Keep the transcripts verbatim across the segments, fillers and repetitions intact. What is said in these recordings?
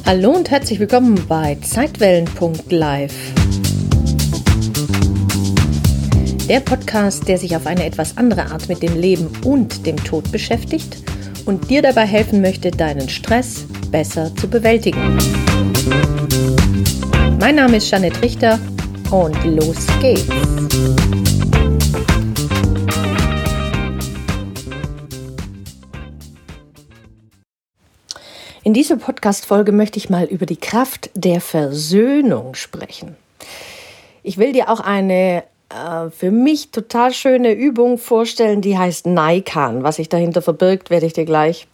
Hallo und herzlich willkommen bei Zeitwellen Punkt live. Der Podcast, der sich auf eine etwas andere Art mit dem Leben und dem Tod beschäftigt und dir dabei helfen möchte, deinen Stress besser zu bewältigen. Mein Name ist Jeanette Richter und los geht's. In dieser Podcast-Folge möchte ich mal über die Kraft der Versöhnung sprechen. Ich will dir auch eine äh, für mich total schöne Übung vorstellen, die heißt Naikan. Was sich dahinter verbirgt, werde ich dir gleich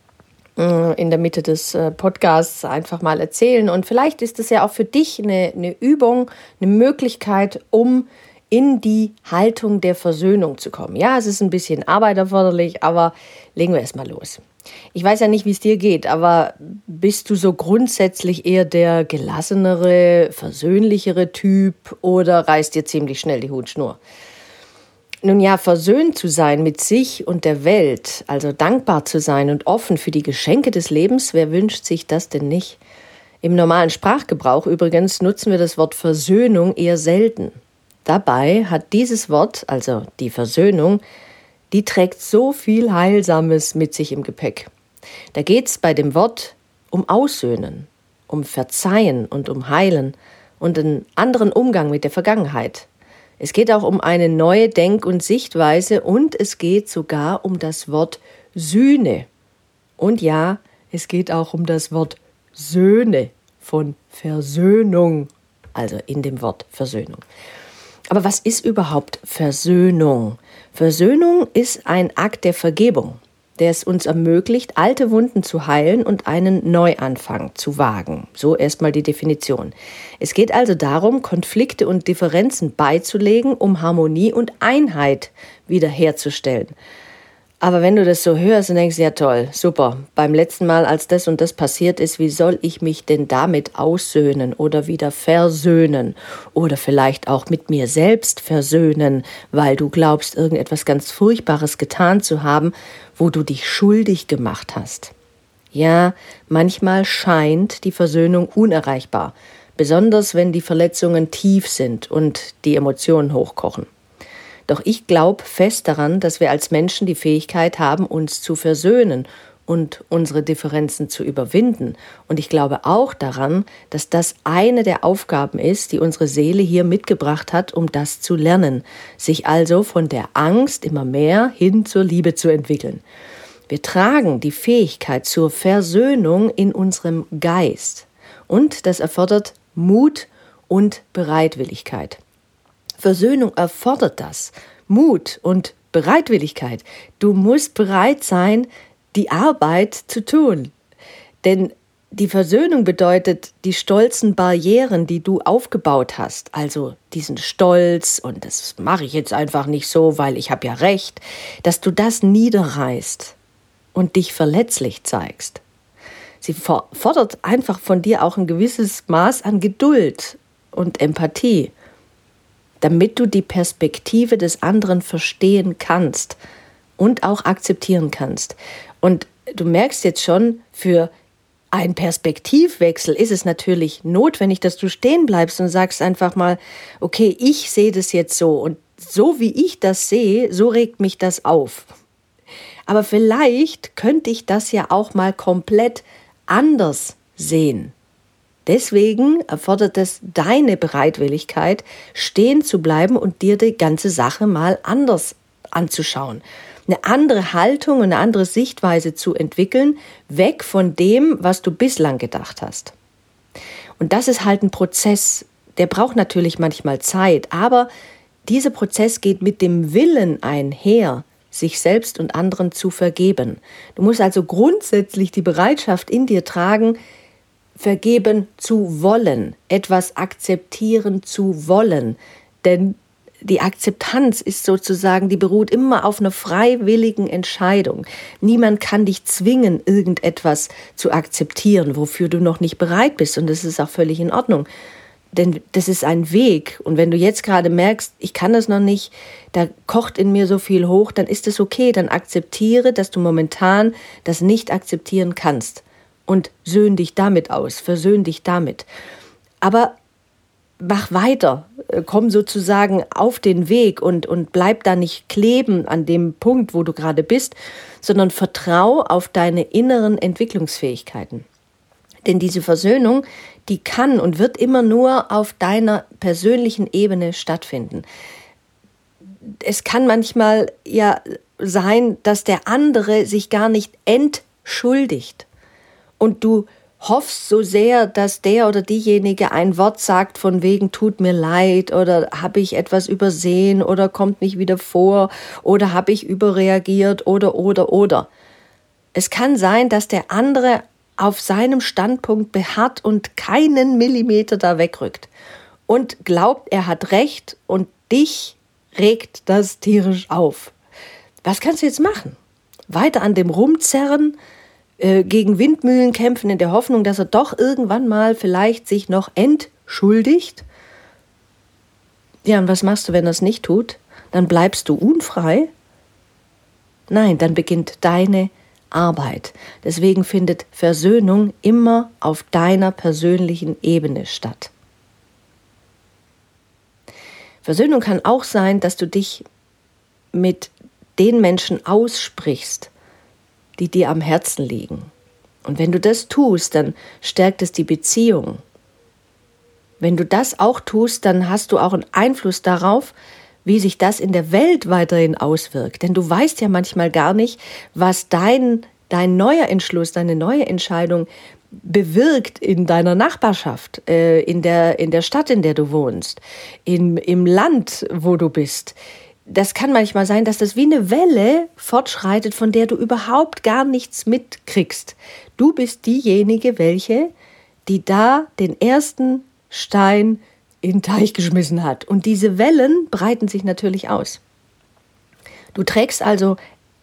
äh, in der Mitte des äh, Podcasts einfach mal erzählen. Und vielleicht ist es ja auch für dich eine, eine Übung, eine Möglichkeit, um in die Haltung der Versöhnung zu kommen. Ja, es ist ein bisschen Arbeit erforderlich, aber legen wir erstmal los. Ich weiß ja nicht, wie es dir geht, aber bist du so grundsätzlich eher der gelassenere, versöhnlichere Typ oder reißt dir ziemlich schnell die Hutschnur? Nun ja, versöhnt zu sein mit sich und der Welt, also dankbar zu sein und offen für die Geschenke des Lebens, wer wünscht sich das denn nicht? Im normalen Sprachgebrauch übrigens nutzen wir das Wort Versöhnung eher selten. Dabei hat dieses Wort, also die Versöhnung, die trägt so viel Heilsames mit sich im Gepäck. Da geht es bei dem Wort um Aussöhnen, um Verzeihen und um Heilen und einen anderen Umgang mit der Vergangenheit. Es geht auch um eine neue Denk- und Sichtweise und es geht sogar um das Wort Sühne. Und ja, es geht auch um das Wort Söhne von Versöhnung, also in dem Wort Versöhnung. Aber was ist überhaupt Versöhnung? Versöhnung ist ein Akt der Vergebung, der es uns ermöglicht, alte Wunden zu heilen und einen Neuanfang zu wagen. So erstmal die Definition. Es geht also darum, Konflikte und Differenzen beizulegen, um Harmonie und Einheit wiederherzustellen. Aber wenn du das so hörst und denkst, ja toll, super, beim letzten Mal, als das und das passiert ist, wie soll ich mich denn damit aussöhnen oder wieder versöhnen oder vielleicht auch mit mir selbst versöhnen, weil du glaubst, irgendetwas ganz Furchtbares getan zu haben, wo du dich schuldig gemacht hast. Ja, manchmal scheint die Versöhnung unerreichbar, besonders wenn die Verletzungen tief sind und die Emotionen hochkochen. Doch ich glaube fest daran, dass wir als Menschen die Fähigkeit haben, uns zu versöhnen und unsere Differenzen zu überwinden. Und ich glaube auch daran, dass das eine der Aufgaben ist, die unsere Seele hier mitgebracht hat, um das zu lernen, sich also von der Angst immer mehr hin zur Liebe zu entwickeln. Wir tragen die Fähigkeit zur Versöhnung in unserem Geist. Und das erfordert Mut und Bereitwilligkeit. Versöhnung erfordert das, Mut und Bereitwilligkeit. Du musst bereit sein, die Arbeit zu tun. Denn die Versöhnung bedeutet, die stolzen Barrieren, die du aufgebaut hast, also diesen Stolz und das mache ich jetzt einfach nicht so, weil ich habe ja recht, dass du das niederreißt und dich verletzlich zeigst. Sie fordert einfach von dir auch ein gewisses Maß an Geduld und Empathie, damit du die Perspektive des anderen verstehen kannst und auch akzeptieren kannst. Und du merkst jetzt schon, für einen Perspektivwechsel ist es natürlich notwendig, dass du stehen bleibst und sagst einfach mal, okay, ich sehe das jetzt so und so wie ich das sehe, so regt mich das auf. Aber vielleicht könnte ich das ja auch mal komplett anders sehen. Deswegen erfordert es deine Bereitwilligkeit, stehen zu bleiben und dir die ganze Sache mal anders anzuschauen. Eine andere Haltung und eine andere Sichtweise zu entwickeln, weg von dem, was du bislang gedacht hast. Und das ist halt ein Prozess, der braucht natürlich manchmal Zeit, aber dieser Prozess geht mit dem Willen einher, sich selbst und anderen zu vergeben. Du musst also grundsätzlich die Bereitschaft in dir tragen, vergeben zu wollen, etwas akzeptieren zu wollen. Denn die Akzeptanz ist sozusagen, die beruht immer auf einer freiwilligen Entscheidung. Niemand kann dich zwingen, irgendetwas zu akzeptieren, wofür du noch nicht bereit bist. Und das ist auch völlig in Ordnung. Denn das ist ein Weg. Und wenn du jetzt gerade merkst, ich kann das noch nicht, da kocht in mir so viel hoch, dann ist es okay. Dann akzeptiere, dass du momentan das nicht akzeptieren kannst. und söhn dich damit aus, versöhn dich damit. Aber mach weiter, komm sozusagen auf den Weg und, und bleib da nicht kleben an dem Punkt, wo du gerade bist, sondern vertrau auf deine inneren Entwicklungsfähigkeiten. Denn diese Versöhnung, die kann und wird immer nur auf deiner persönlichen Ebene stattfinden. Es kann manchmal ja sein, dass der andere sich gar nicht entschuldigt und du hoffst so sehr, dass der oder diejenige ein Wort sagt von wegen tut mir leid oder habe ich etwas übersehen oder kommt nicht wieder vor oder habe ich überreagiert oder oder oder. Es kann sein, dass der andere auf seinem Standpunkt beharrt und keinen Millimeter da wegrückt und glaubt, er hat recht und dich regt das tierisch auf. Was kannst du jetzt machen? Weiter an dem rumzerren, äh, gegen Windmühlen kämpfen in der Hoffnung, dass er doch irgendwann mal vielleicht sich noch entschuldigt? Ja, und was machst du, wenn er es nicht tut? Dann bleibst du unfrei? Nein, dann beginnt deine Arbeit. Deswegen findet Versöhnung immer auf deiner persönlichen Ebene statt. Versöhnung kann auch sein, dass du dich mit den Menschen aussprichst, die dir am Herzen liegen. Und wenn du das tust, dann stärkt es die Beziehung. Wenn du das auch tust, dann hast du auch einen Einfluss darauf, wie sich das in der Welt weiterhin auswirkt. Denn du weißt ja manchmal gar nicht, was dein, dein neuer Entschluss, deine neue Entscheidung bewirkt in deiner Nachbarschaft, äh, in der, in der Stadt, in der du wohnst, in, im Land, wo du bist. Das kann manchmal sein, dass das wie eine Welle fortschreitet, von der du überhaupt gar nichts mitkriegst. Du bist diejenige, welche, die da den ersten Stein in den Teich geschmissen hat. Und diese Wellen breiten sich natürlich aus. Du trägst also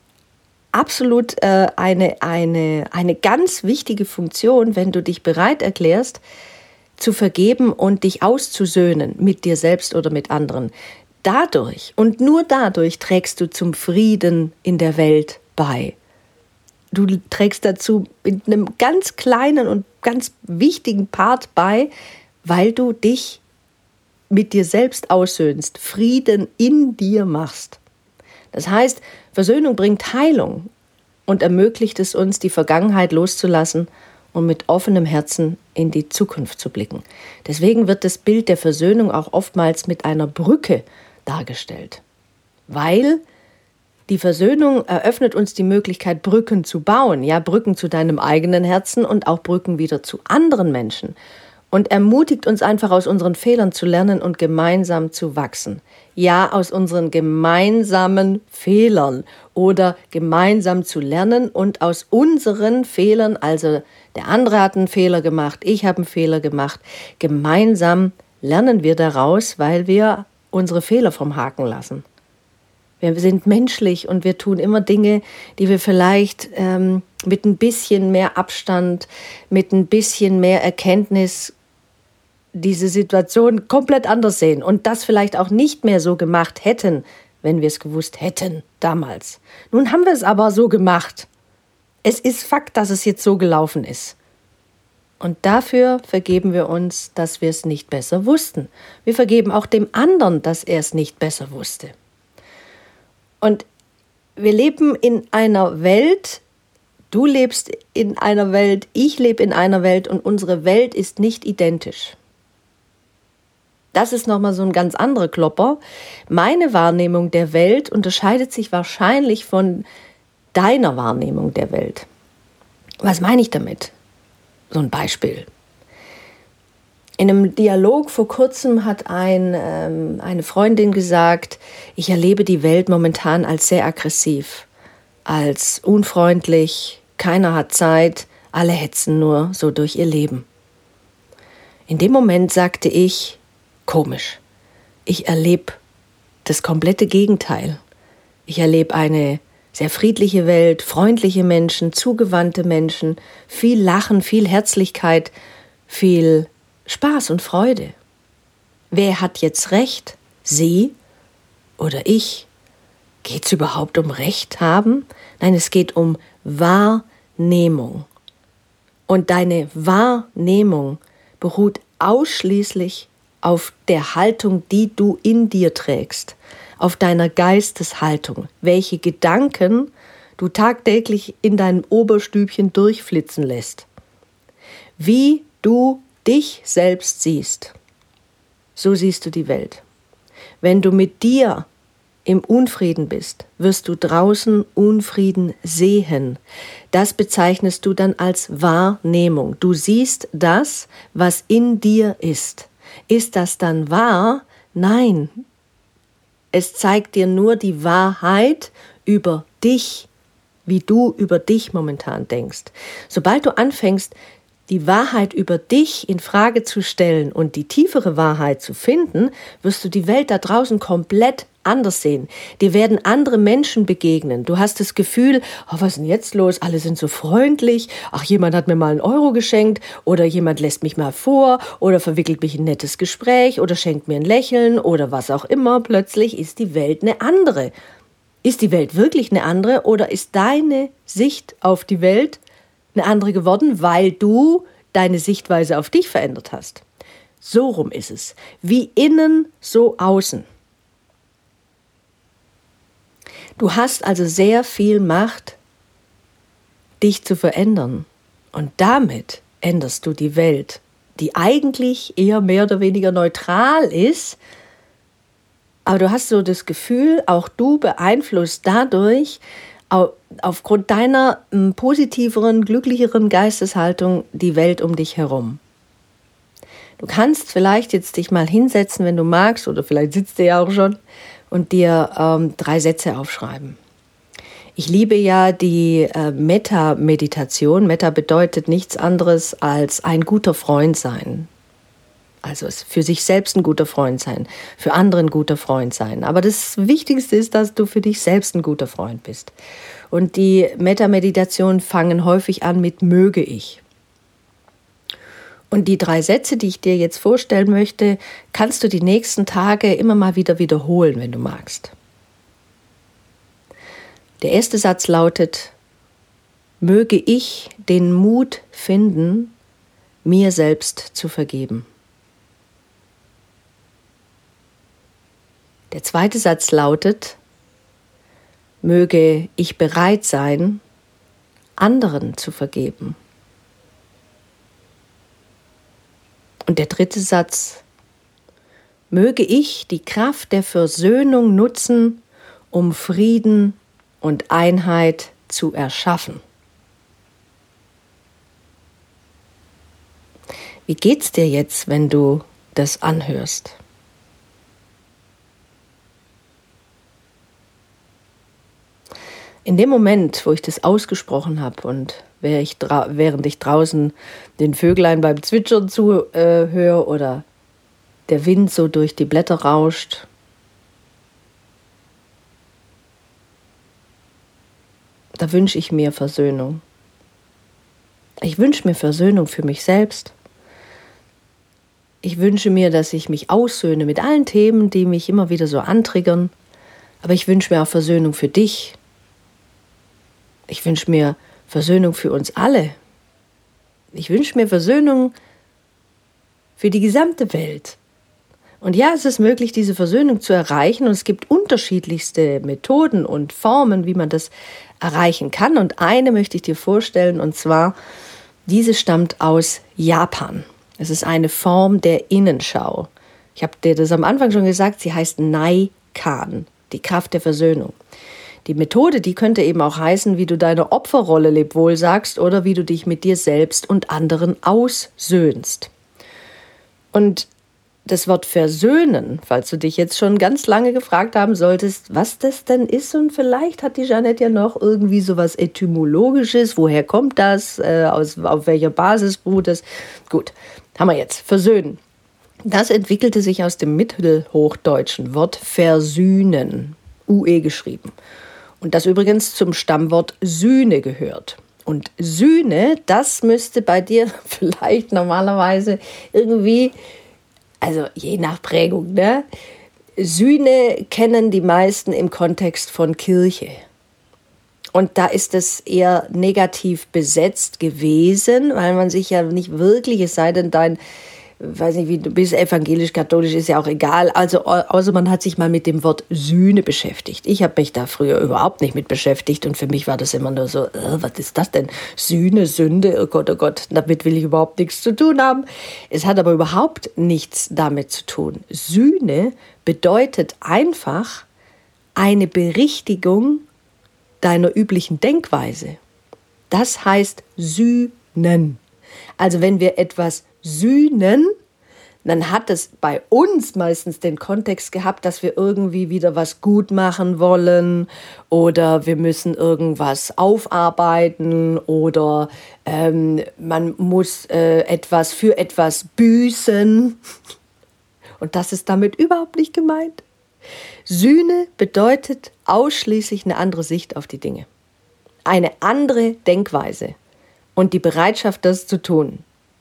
absolut äh, eine, eine, eine ganz wichtige Funktion, wenn du dich bereit erklärst, zu vergeben und dich auszusöhnen mit dir selbst oder mit anderen. Dadurch und nur dadurch trägst du zum Frieden in der Welt bei. Du trägst dazu mit einem ganz kleinen und ganz wichtigen Part bei, weil du dich mit dir selbst aussöhnst, Frieden in dir machst. Das heißt, Versöhnung bringt Heilung und ermöglicht es uns, die Vergangenheit loszulassen und mit offenem Herzen in die Zukunft zu blicken. Deswegen wird das Bild der Versöhnung auch oftmals mit einer Brücke dargestellt, weil die Versöhnung eröffnet uns die Möglichkeit, Brücken zu bauen, ja, Brücken zu deinem eigenen Herzen und auch Brücken wieder zu anderen Menschen und ermutigt uns einfach aus unseren Fehlern zu lernen und gemeinsam zu wachsen. Ja, aus unseren gemeinsamen Fehlern oder gemeinsam zu lernen und aus unseren Fehlern, also der andere hat einen Fehler gemacht, ich habe einen Fehler gemacht, gemeinsam lernen wir daraus, weil wir unsere Fehler vom Haken lassen. Wir sind menschlich und wir tun immer Dinge, die wir vielleicht ähm, mit ein bisschen mehr Abstand, mit ein bisschen mehr Erkenntnis diese Situation komplett anders sehen und das vielleicht auch nicht mehr so gemacht hätten, wenn wir es gewusst hätten damals. Nun haben wir es aber so gemacht. Es ist Fakt, dass es jetzt so gelaufen ist. Und dafür vergeben wir uns, dass wir es nicht besser wussten. Wir vergeben auch dem anderen, dass er es nicht besser wusste. Und wir leben in einer Welt, du lebst in einer Welt, ich lebe in einer Welt und unsere Welt ist nicht identisch. Das ist nochmal so ein ganz anderer Klopper. Meine Wahrnehmung der Welt unterscheidet sich wahrscheinlich von deiner Wahrnehmung der Welt. Was meine ich damit? So ein Beispiel. In einem Dialog vor kurzem hat ein, ähm, eine Freundin gesagt, ich erlebe die Welt momentan als sehr aggressiv, als unfreundlich, keiner hat Zeit, alle hetzen nur so durch ihr Leben. In dem Moment sagte ich, komisch, ich erlebe das komplette Gegenteil. Ich erlebe eine sehr friedliche Welt, freundliche Menschen, zugewandte Menschen, viel Lachen, viel Herzlichkeit, viel Spaß und Freude. Wer hat jetzt Recht? Sie oder ich? Geht es überhaupt um Recht haben? Nein, es geht um Wahrnehmung. Und deine Wahrnehmung beruht ausschließlich auf der Haltung, die du in dir trägst, auf deiner Geisteshaltung, welche Gedanken du tagtäglich in deinem Oberstübchen durchflitzen lässt. Wie du dich selbst siehst, so siehst du die Welt. Wenn du mit dir im Unfrieden bist, wirst du draußen Unfrieden sehen. Das bezeichnest du dann als Wahrnehmung. Du siehst das, was in dir ist. Ist das dann wahr? Nein. Es zeigt dir nur die Wahrheit über dich, wie du über dich momentan denkst. Sobald du anfängst, die Wahrheit über dich in Frage zu stellen und die tiefere Wahrheit zu finden, wirst du die Welt da draußen komplett anders sehen. Dir werden andere Menschen begegnen. Du hast das Gefühl, oh, was ist denn jetzt los? Alle sind so freundlich. Ach, jemand hat mir mal einen Euro geschenkt oder jemand lässt mich mal vor oder verwickelt mich in ein nettes Gespräch oder schenkt mir ein Lächeln oder was auch immer. Plötzlich ist die Welt eine andere. Ist die Welt wirklich eine andere oder ist deine Sicht auf die Welt eine andere geworden, weil du deine Sichtweise auf dich verändert hast? So rum ist es. Wie innen, so außen. Du hast also sehr viel Macht, dich zu verändern. Und damit änderst du die Welt, die eigentlich eher mehr oder weniger neutral ist. Aber du hast so das Gefühl, auch du beeinflusst dadurch, aufgrund deiner m, positiveren, glücklicheren Geisteshaltung die Welt um dich herum. Du kannst vielleicht jetzt dich mal hinsetzen, wenn du magst, oder vielleicht sitzt du ja auch schon, und dir ähm, drei Sätze aufschreiben. Ich liebe ja die äh, Metta-Meditation. Metta bedeutet nichts anderes als ein guter Freund sein. Also für sich selbst ein guter Freund sein, für andere ein guter Freund sein. Aber das Wichtigste ist, dass du für dich selbst ein guter Freund bist. Und die Metta-Meditationen fangen häufig an mit möge ich. Und die drei Sätze, die ich dir jetzt vorstellen möchte, kannst du die nächsten Tage immer mal wieder wiederholen, wenn du magst. Der erste Satz lautet: Möge ich den Mut finden, mir selbst zu vergeben. Der zweite Satz lautet: Möge ich bereit sein, anderen zu vergeben. Und der dritte Satz: Möge ich die Kraft der Versöhnung nutzen, um Frieden und Einheit zu erschaffen. Wie geht's dir jetzt, wenn du das anhörst? In dem Moment, wo ich das ausgesprochen habe und während ich, dra- während ich draußen den Vöglein beim Zwitschern zuhöre äh, oder der Wind so durch die Blätter rauscht, da wünsche ich mir Versöhnung. Ich wünsche mir Versöhnung für mich selbst. Ich wünsche mir, dass ich mich aussöhne mit allen Themen, die mich immer wieder so antriggern. Aber ich wünsche mir auch Versöhnung für dich. Ich wünsche mir Versöhnung für uns alle. Ich wünsche mir Versöhnung für die gesamte Welt. Und ja, es ist möglich, diese Versöhnung zu erreichen. Und es gibt unterschiedlichste Methoden und Formen, wie man das erreichen kann. Und eine möchte ich dir vorstellen, und zwar, diese stammt aus Japan. Es ist eine Form der Innenschau. Ich habe dir das am Anfang schon gesagt, sie heißt Nai-Kan, die Kraft der Versöhnung. Die Methode, die könnte eben auch heißen, wie du deine Opferrolle lebwohl sagst oder wie du dich mit dir selbst und anderen aussöhnst. Und das Wort versöhnen, falls du dich jetzt schon ganz lange gefragt haben solltest, was das denn ist, und vielleicht hat die Jeanette ja noch irgendwie sowas Etymologisches, woher kommt das, äh, aus, auf welcher Basis beruht das? Gut, haben wir jetzt, versöhnen. Das entwickelte sich aus dem mittelhochdeutschen Wort versühnen, U E geschrieben. Und das übrigens zum Stammwort Sühne gehört. Und Sühne, das müsste bei dir vielleicht normalerweise irgendwie, also je nach Prägung, ne? Sühne kennen die meisten im Kontext von Kirche. Und da ist es eher negativ besetzt gewesen, weil man sich ja nicht wirklich, es sei denn, dein, weiß nicht, wie du bist, evangelisch, katholisch, ist ja auch egal. Also, außer man hat sich mal mit dem Wort Sühne beschäftigt. Ich habe mich da früher überhaupt nicht mit beschäftigt und für mich war das immer nur so, äh, was ist das denn? Sühne, Sünde, oh Gott, oh Gott, damit will ich überhaupt nichts zu tun haben. Es hat aber überhaupt nichts damit zu tun. Sühne bedeutet einfach eine Berichtigung deiner üblichen Denkweise. Das heißt sühnen. Also wenn wir etwas sühnen, dann hat es bei uns meistens den Kontext gehabt, dass wir irgendwie wieder was gut machen wollen oder wir müssen irgendwas aufarbeiten oder ähm, man muss äh, etwas für etwas büßen. Und das ist damit überhaupt nicht gemeint. Sühne bedeutet ausschließlich eine andere Sicht auf die Dinge. Eine andere Denkweise und die Bereitschaft, das zu tun.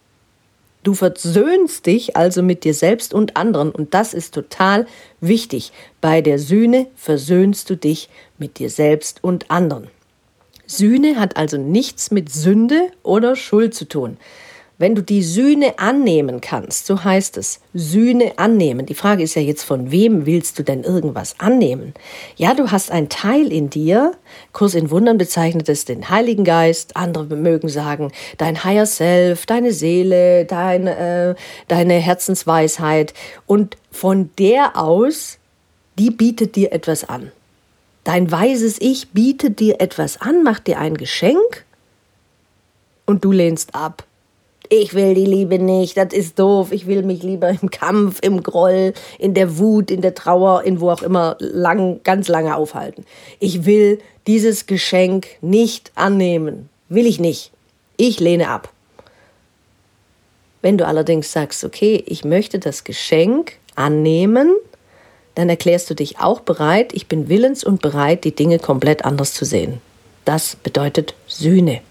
Du versöhnst dich also mit dir selbst und anderen und das ist total wichtig. Bei der Sühne versöhnst du dich mit dir selbst und anderen. Sühne hat also nichts mit Sünde oder Schuld zu tun. Wenn du die Sühne annehmen kannst, so heißt es, Sühne annehmen. Die Frage ist ja jetzt, von wem willst du denn irgendwas annehmen? Ja, du hast einen Teil in dir, Kurs in Wundern bezeichnet es den Heiligen Geist, andere mögen sagen, dein Higher Self, deine Seele, dein, äh, deine Herzensweisheit. Und von der aus, die bietet dir etwas an. Dein weises Ich bietet dir etwas an, macht dir ein Geschenk und du lehnst ab. Ich will die Liebe nicht, das ist doof, ich will mich lieber im Kampf, im Groll, in der Wut, in der Trauer, in wo auch immer lang, ganz lange aufhalten. Ich will dieses Geschenk nicht annehmen, will ich nicht. Ich lehne ab. Wenn du allerdings sagst, okay, ich möchte das Geschenk annehmen, dann erklärst du dich auch bereit, ich bin willens und bereit, die Dinge komplett anders zu sehen. Das bedeutet Sühne.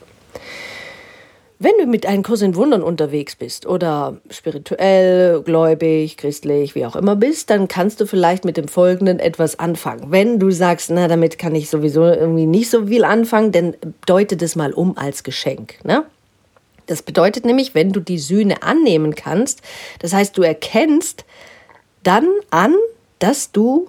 Wenn du mit einem Kurs in Wundern unterwegs bist oder spirituell, gläubig, christlich, wie auch immer bist, dann kannst du vielleicht mit dem Folgenden etwas anfangen. Wenn du sagst, na, damit kann ich sowieso irgendwie nicht so viel anfangen, dann deute das mal um als Geschenk, ne? Das bedeutet nämlich, wenn du die Sühne annehmen kannst, das heißt, du erkennst dann an, dass du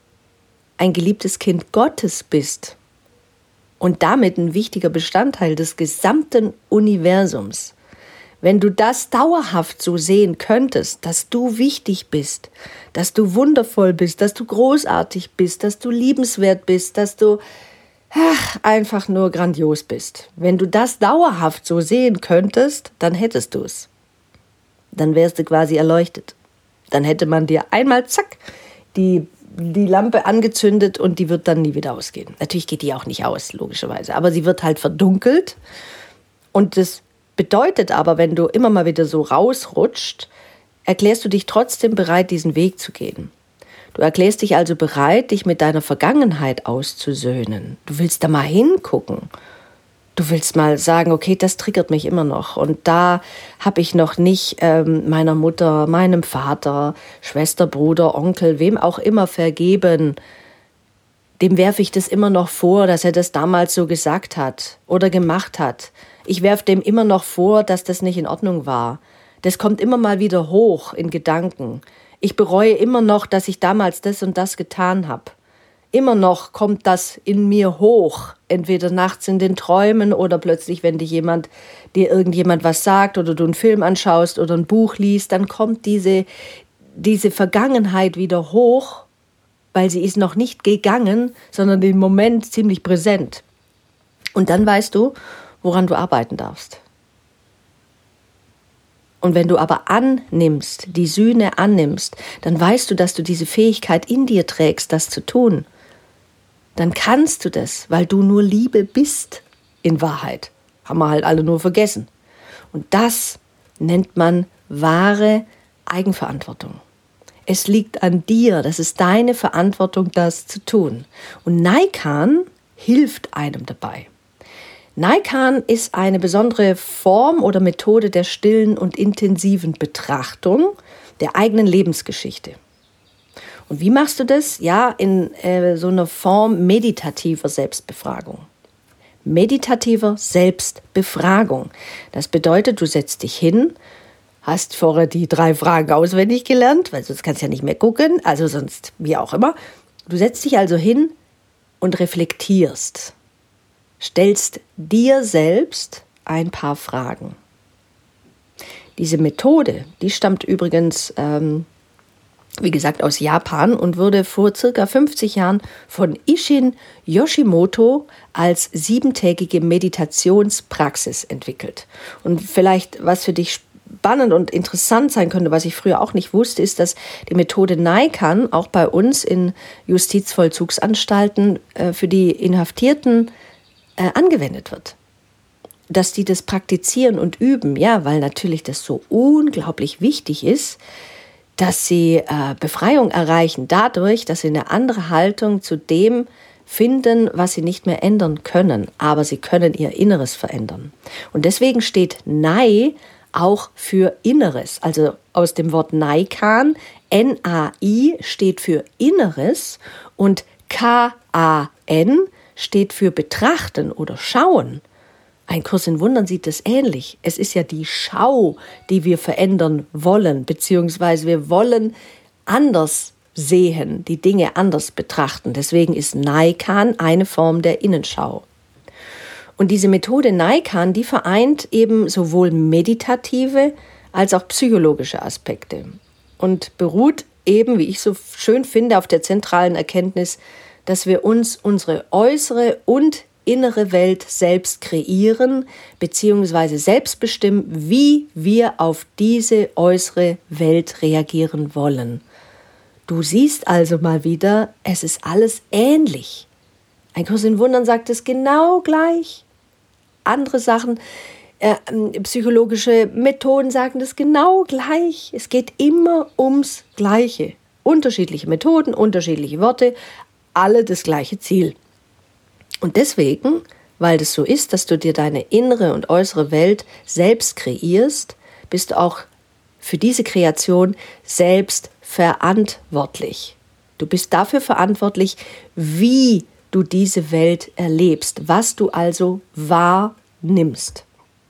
ein geliebtes Kind Gottes bist. Und damit ein wichtiger Bestandteil des gesamten Universums. Wenn du das dauerhaft so sehen könntest, dass du wichtig bist, dass du wundervoll bist, dass du großartig bist, dass du liebenswert bist, dass du ach, einfach nur grandios bist. Wenn du das dauerhaft so sehen könntest, dann hättest du es. Dann wärst du quasi erleuchtet. Dann hätte man dir einmal, zack, die die Lampe angezündet und die wird dann nie wieder ausgehen. Natürlich geht die auch nicht aus, logischerweise, aber sie wird halt verdunkelt und das bedeutet aber, wenn du immer mal wieder so rausrutscht, erklärst du dich trotzdem bereit, diesen Weg zu gehen. Du erklärst dich also bereit, dich mit deiner Vergangenheit auszusöhnen. Du willst da mal hingucken. Du willst mal sagen, okay, das triggert mich immer noch. Und da habe ich noch nicht ähm, meiner Mutter, meinem Vater, Schwester, Bruder, Onkel, wem auch immer vergeben. Dem werfe ich das immer noch vor, dass er das damals so gesagt hat oder gemacht hat. Ich werfe dem immer noch vor, dass das nicht in Ordnung war. Das kommt immer mal wieder hoch in Gedanken. Ich bereue immer noch, dass ich damals das und das getan habe. Immer noch kommt das in mir hoch, entweder nachts in den Träumen oder plötzlich, wenn dich jemand, dir irgendjemand was sagt oder du einen Film anschaust oder ein Buch liest, dann kommt diese, diese Vergangenheit wieder hoch, weil sie ist noch nicht gegangen, sondern im Moment ziemlich präsent. Und dann weißt du, woran du arbeiten darfst. Und wenn du aber annimmst, die Sühne annimmst, dann weißt du, dass du diese Fähigkeit in dir trägst, das zu tun. Dann kannst du das, weil du nur Liebe bist, in Wahrheit. Haben wir halt alle nur vergessen. Und das nennt man wahre Eigenverantwortung. Es liegt an dir, das ist deine Verantwortung, das zu tun. Und Naikan hilft einem dabei. Naikan ist eine besondere Form oder Methode der stillen und intensiven Betrachtung der eigenen Lebensgeschichte. Und wie machst du das? Ja, in äh, so einer Form meditativer Selbstbefragung. meditativer Selbstbefragung. Das bedeutet, du setzt dich hin, hast vorher die drei Fragen auswendig gelernt, weil sonst kannst du ja nicht mehr gucken, also sonst wie auch immer. Du setzt dich also hin und reflektierst, stellst dir selbst ein paar Fragen. Diese Methode, die stammt übrigens, ähm, wie gesagt, aus Japan und wurde vor circa fünfzig Jahren von Isshin Yoshimoto als siebentägige Meditationspraxis entwickelt. Und vielleicht, was für dich spannend und interessant sein könnte, was ich früher auch nicht wusste, ist, dass die Methode Naikan auch bei uns in Justizvollzugsanstalten äh, für die Inhaftierten äh, angewendet wird. Dass die das praktizieren und üben, ja, weil natürlich das so unglaublich wichtig ist, dass sie äh, Befreiung erreichen dadurch, dass sie eine andere Haltung zu dem finden, was sie nicht mehr ändern können, aber sie können ihr Inneres verändern. Und deswegen steht Nai auch für Inneres, also aus dem Wort Naikan, N A I steht für Inneres und K A N steht für betrachten oder schauen. Ein Kurs in Wundern sieht es ähnlich. Es ist ja die Schau, die wir verändern wollen, beziehungsweise wir wollen anders sehen, die Dinge anders betrachten. Deswegen ist Naikan eine Form der Innenschau. Und diese Methode Naikan, die vereint eben sowohl meditative als auch psychologische Aspekte und beruht eben, wie ich so schön finde, auf der zentralen Erkenntnis, dass wir uns unsere äußere und innere Welt selbst kreieren bzw. selbst bestimmen, wie wir auf diese äußere Welt reagieren wollen. Du siehst also mal wieder, es ist alles ähnlich. Ein Kurs in Wundern sagt es genau gleich. Andere Sachen, äh, psychologische Methoden sagen das genau gleich. Es geht immer ums Gleiche. Unterschiedliche Methoden, unterschiedliche Worte, alle das gleiche Ziel. Und deswegen, weil das so ist, dass du dir deine innere und äußere Welt selbst kreierst, bist du auch für diese Kreation selbst verantwortlich. Du bist dafür verantwortlich, wie du diese Welt erlebst, was du also wahrnimmst.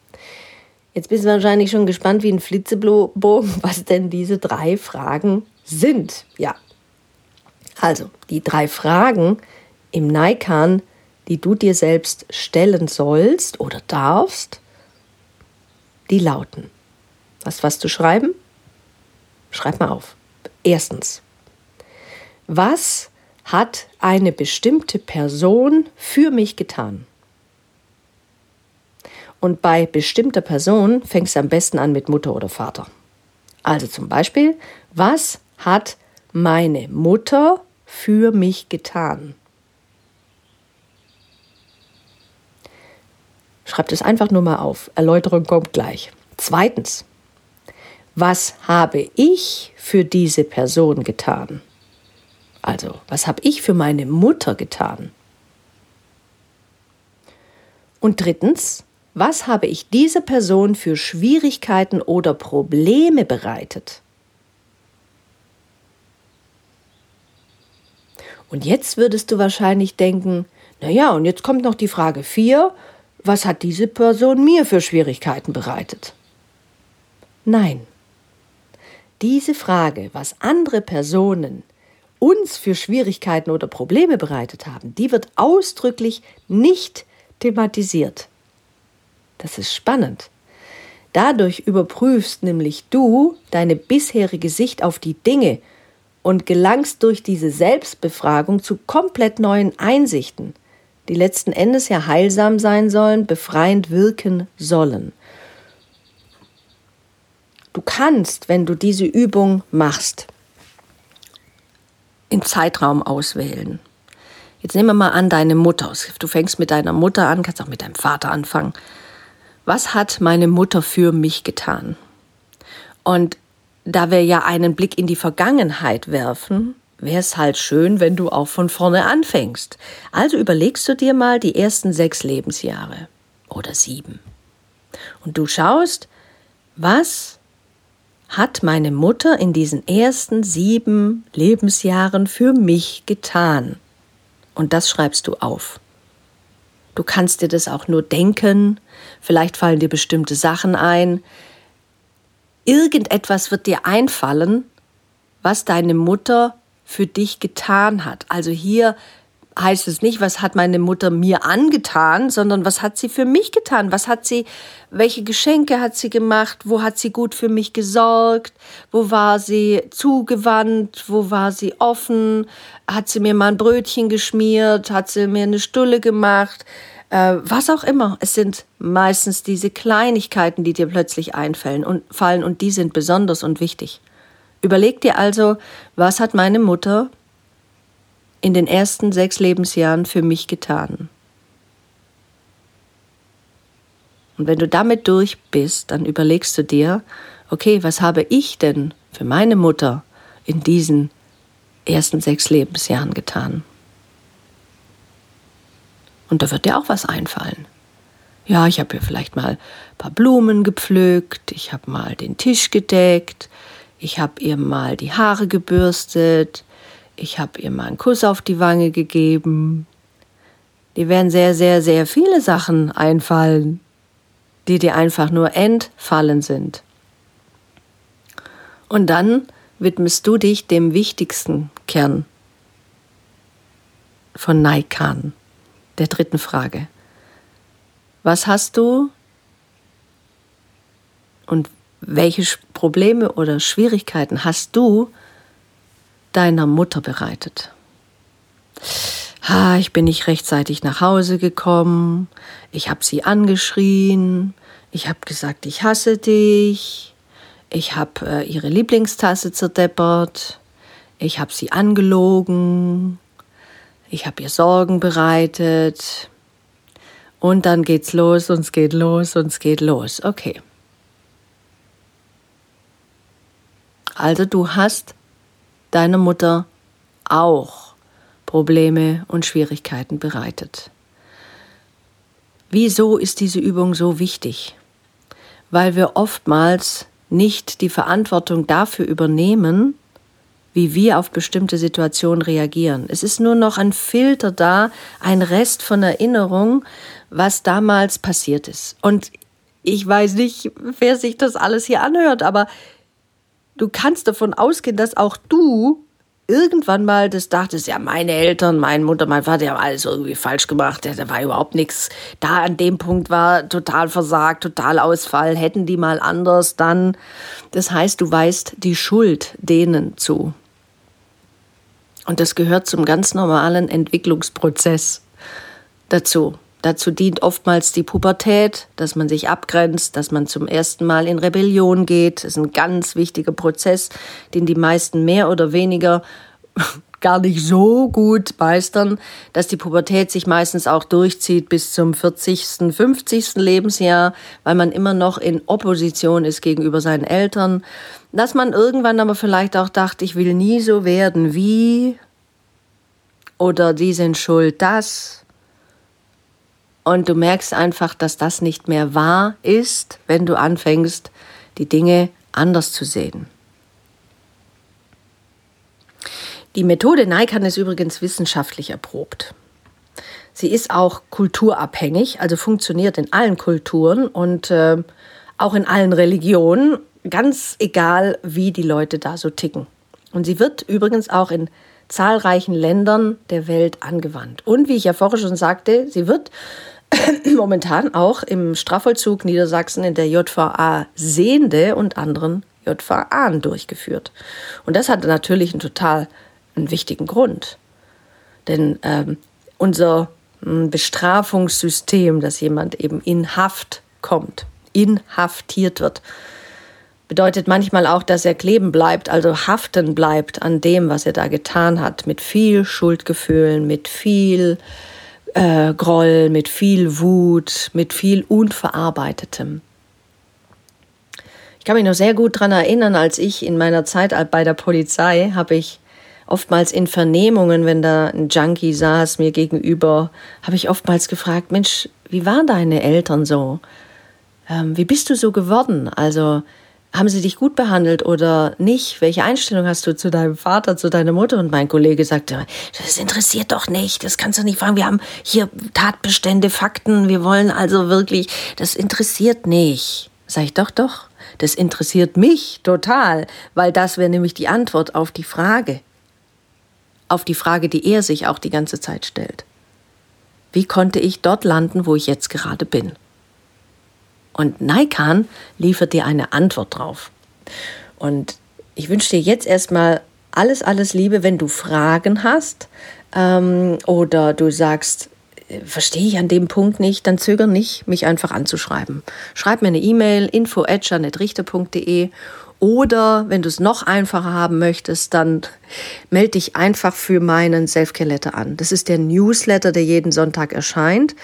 Jetzt bist du wahrscheinlich schon gespannt wie ein Flitzebogen, was denn diese drei Fragen sind. Ja, also die drei Fragen im Naikan, die du dir selbst stellen sollst oder darfst, die lauten. Was was du schreiben? Schreib mal auf. Erstens. Was hat eine bestimmte Person für mich getan? Und bei bestimmter Person fängst du am besten an mit Mutter oder Vater. Also zum Beispiel, was hat meine Mutter für mich getan? Schreib das einfach nur mal auf. Erläuterung kommt gleich. Zweitens. Was habe ich für diese Person getan? Also, was habe ich für meine Mutter getan? Und drittens, was habe ich dieser Person für Schwierigkeiten oder Probleme bereitet? Und jetzt würdest du wahrscheinlich denken, naja, und jetzt kommt noch die Frage vier, was hat diese Person mir für Schwierigkeiten bereitet? Nein. Diese Frage, was andere Personen uns für Schwierigkeiten oder Probleme bereitet haben, die wird ausdrücklich nicht thematisiert. Das ist spannend. Dadurch überprüfst nämlich du deine bisherige Sicht auf die Dinge und gelangst durch diese Selbstbefragung zu komplett neuen Einsichten, die letzten Endes ja heilsam sein sollen, befreiend wirken sollen. Du kannst, wenn du diese Übung machst, einen Zeitraum auswählen. Jetzt nehmen wir mal an, deine Mutter. Du fängst mit deiner Mutter an, kannst auch mit deinem Vater anfangen. Was hat meine Mutter für mich getan? Und da wir ja einen Blick in die Vergangenheit werfen, wäre es halt schön, wenn du auch von vorne anfängst. Also überlegst du dir mal die ersten sechs Lebensjahre oder sieben. Und du schaust, was hat meine Mutter in diesen ersten sieben Lebensjahren für mich getan? Und das schreibst du auf. Du kannst dir das auch nur denken. Vielleicht fallen dir bestimmte Sachen ein. Irgendetwas wird dir einfallen, was deine Mutter für dich getan hat. Also hier heißt es nicht, was hat meine Mutter mir angetan, sondern was hat sie für mich getan? Was hat sie, welche Geschenke hat sie gemacht? Wo hat sie gut für mich gesorgt? Wo war sie zugewandt? Wo war sie offen? Hat sie mir mal ein Brötchen geschmiert? Hat sie mir eine Stulle gemacht? Äh, was auch immer. Es sind meistens diese Kleinigkeiten, die dir plötzlich einfallen und fallen und die sind besonders und wichtig. Überleg dir also, was hat meine Mutter in den ersten sechs Lebensjahren für mich getan. Und wenn du damit durch bist, dann überlegst du dir, okay, was habe ich denn für meine Mutter in diesen ersten sechs Lebensjahren getan? Und da wird dir auch was einfallen. Ja, ich habe ihr vielleicht mal ein paar Blumen gepflückt, ich habe mal den Tisch gedeckt, ich habe ihr mal die Haare gebürstet, ich habe ihr mal einen Kuss auf die Wange gegeben. Dir werden sehr, sehr, sehr viele Sachen einfallen, die dir einfach nur entfallen sind. Und dann widmest du dich dem wichtigsten Kern von Naikan, der dritten Frage. Was hast du und welche Probleme oder Schwierigkeiten hast du deiner Mutter bereitet? Ha, ich bin nicht rechtzeitig nach Hause gekommen, ich habe sie angeschrien, ich habe gesagt, ich hasse dich, ich habe äh, ihre Lieblingstasse zerdeppert, ich habe sie angelogen, ich habe ihr Sorgen bereitet und dann geht's los und es geht los und es geht los. Okay. Also du hast deiner Mutter auch Probleme und Schwierigkeiten bereitet. Wieso ist diese Übung so wichtig? Weil wir oftmals nicht die Verantwortung dafür übernehmen, wie wir auf bestimmte Situationen reagieren. Es ist nur noch ein Filter da, ein Rest von Erinnerung, was damals passiert ist. Und ich weiß nicht, wer sich das alles hier anhört, aber du kannst davon ausgehen, dass auch du irgendwann mal das dachtest, ja, meine Eltern, meine Mutter, mein Vater, die haben alles irgendwie falsch gemacht, da war überhaupt nichts. Da an dem Punkt war total versagt, total Ausfall, hätten die mal anders, dann. Das heißt, du weist die Schuld denen zu. Und das gehört zum ganz normalen Entwicklungsprozess dazu. Dazu dient oftmals die Pubertät, dass man sich abgrenzt, dass man zum ersten Mal in Rebellion geht. Das ist ein ganz wichtiger Prozess, den die meisten mehr oder weniger gar nicht so gut meistern, dass die Pubertät sich meistens auch durchzieht bis zum vierzigsten, fünfzigsten Lebensjahr, weil man immer noch in Opposition ist gegenüber seinen Eltern. Dass man irgendwann aber vielleicht auch dachte, ich will nie so werden wie, oder die sind schuld, das. Und du merkst einfach, dass das nicht mehr wahr ist, wenn du anfängst, die Dinge anders zu sehen. Die Methode Naikan ist übrigens wissenschaftlich erprobt. Sie ist auch kulturabhängig, also funktioniert in allen Kulturen und äh, auch in allen Religionen, ganz egal, wie die Leute da so ticken. Und sie wird übrigens auch in zahlreichen Ländern der Welt angewandt. Und wie ich ja vorher schon sagte, sie wird momentan auch im Strafvollzug Niedersachsen in der J V A Sehende und anderen J V A durchgeführt. Und das hat natürlich einen total einen wichtigen Grund. Denn ähm, unser m, Bestrafungssystem, dass jemand eben in Haft kommt, inhaftiert wird, bedeutet manchmal auch, dass er kleben bleibt, also haften bleibt an dem, was er da getan hat, mit viel Schuldgefühlen, mit viel äh, Groll, mit viel Wut, mit viel Unverarbeitetem. Ich kann mich noch sehr gut daran erinnern, als ich in meiner Zeit bei der Polizei, habe ich oftmals in Vernehmungen, wenn da ein Junkie saß mir gegenüber, habe ich oftmals gefragt, Mensch, wie waren deine Eltern so? Ähm, wie bist du so geworden? Also haben sie dich gut behandelt oder nicht? Welche Einstellung hast du zu deinem Vater, zu deiner Mutter? Und mein Kollege sagte, das interessiert doch nicht, das kannst du nicht fragen. Wir haben hier Tatbestände, Fakten, wir wollen also wirklich, das interessiert nicht. Sag ich, doch, doch, das interessiert mich total, weil das wäre nämlich die Antwort auf die Frage. Auf die Frage, die er sich auch die ganze Zeit stellt. Wie konnte ich dort landen, wo ich jetzt gerade bin? Und Naikan liefert dir eine Antwort drauf. Und ich wünsche dir jetzt erstmal alles, alles Liebe, wenn du Fragen hast ähm, oder du sagst, verstehe ich an dem Punkt nicht, dann zögere nicht, mich einfach anzuschreiben. Schreib mir eine E-Mail, info at jeanette richter punkt de oder wenn du es noch einfacher haben möchtest, dann melde dich einfach für meinen Selfcare-Letter an. Das ist der Newsletter, der jeden Sonntag erscheint.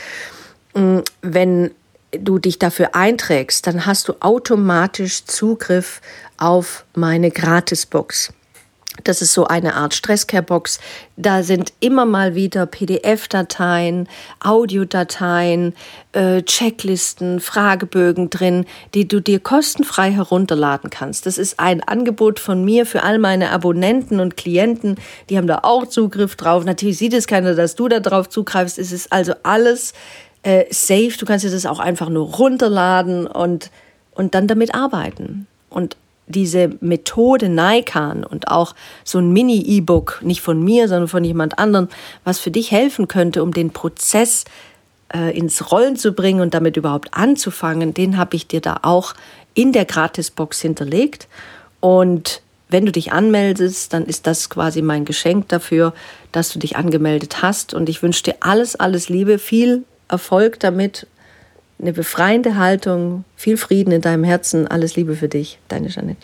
Wenn du dich dafür einträgst, dann hast du automatisch Zugriff auf meine Gratisbox. Das ist so eine Art Stresscare-Box. Da sind immer mal wieder P D F-Dateien, Audiodateien, äh, Checklisten, Fragebögen drin, die du dir kostenfrei herunterladen kannst. Das ist ein Angebot von mir für all meine Abonnenten und Klienten. Die haben da auch Zugriff drauf. Natürlich sieht es keiner, dass du da drauf zugreifst. Es ist also alles äh, safe. Du kannst dir das auch einfach nur runterladen und, und dann damit arbeiten. Und diese Methode Naikan und auch so ein Mini-E-Book, nicht von mir, sondern von jemand anderem, was für dich helfen könnte, um den Prozess äh, ins Rollen zu bringen und damit überhaupt anzufangen, den habe ich dir da auch in der Gratisbox hinterlegt. Und wenn du dich anmeldest, dann ist das quasi mein Geschenk dafür, dass du dich angemeldet hast. Und ich wünsche dir alles, alles Liebe, viel Erfolg damit, eine befreiende Haltung, viel Frieden in deinem Herzen. Alles Liebe für dich, deine Jeanette.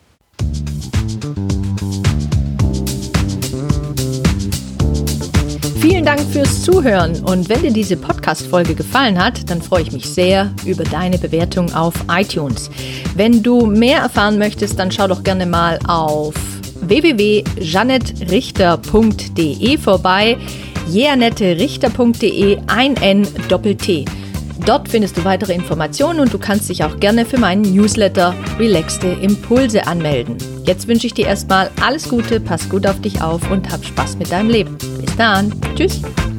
Vielen Dank fürs Zuhören und wenn dir diese Podcast-Folge gefallen hat, dann freue ich mich sehr über deine Bewertung auf iTunes. Wenn du mehr erfahren möchtest, dann schau doch gerne mal auf w w w punkt jeanette richter punkt de vorbei, jeanette richter punkt de, ein N, Doppel-T. Dort findest du weitere Informationen und du kannst dich auch gerne für meinen Newsletter Relaxte Impulse anmelden. Jetzt wünsche ich dir erstmal alles Gute, pass gut auf dich auf und hab Spaß mit deinem Leben. Bis dann. Tschüss.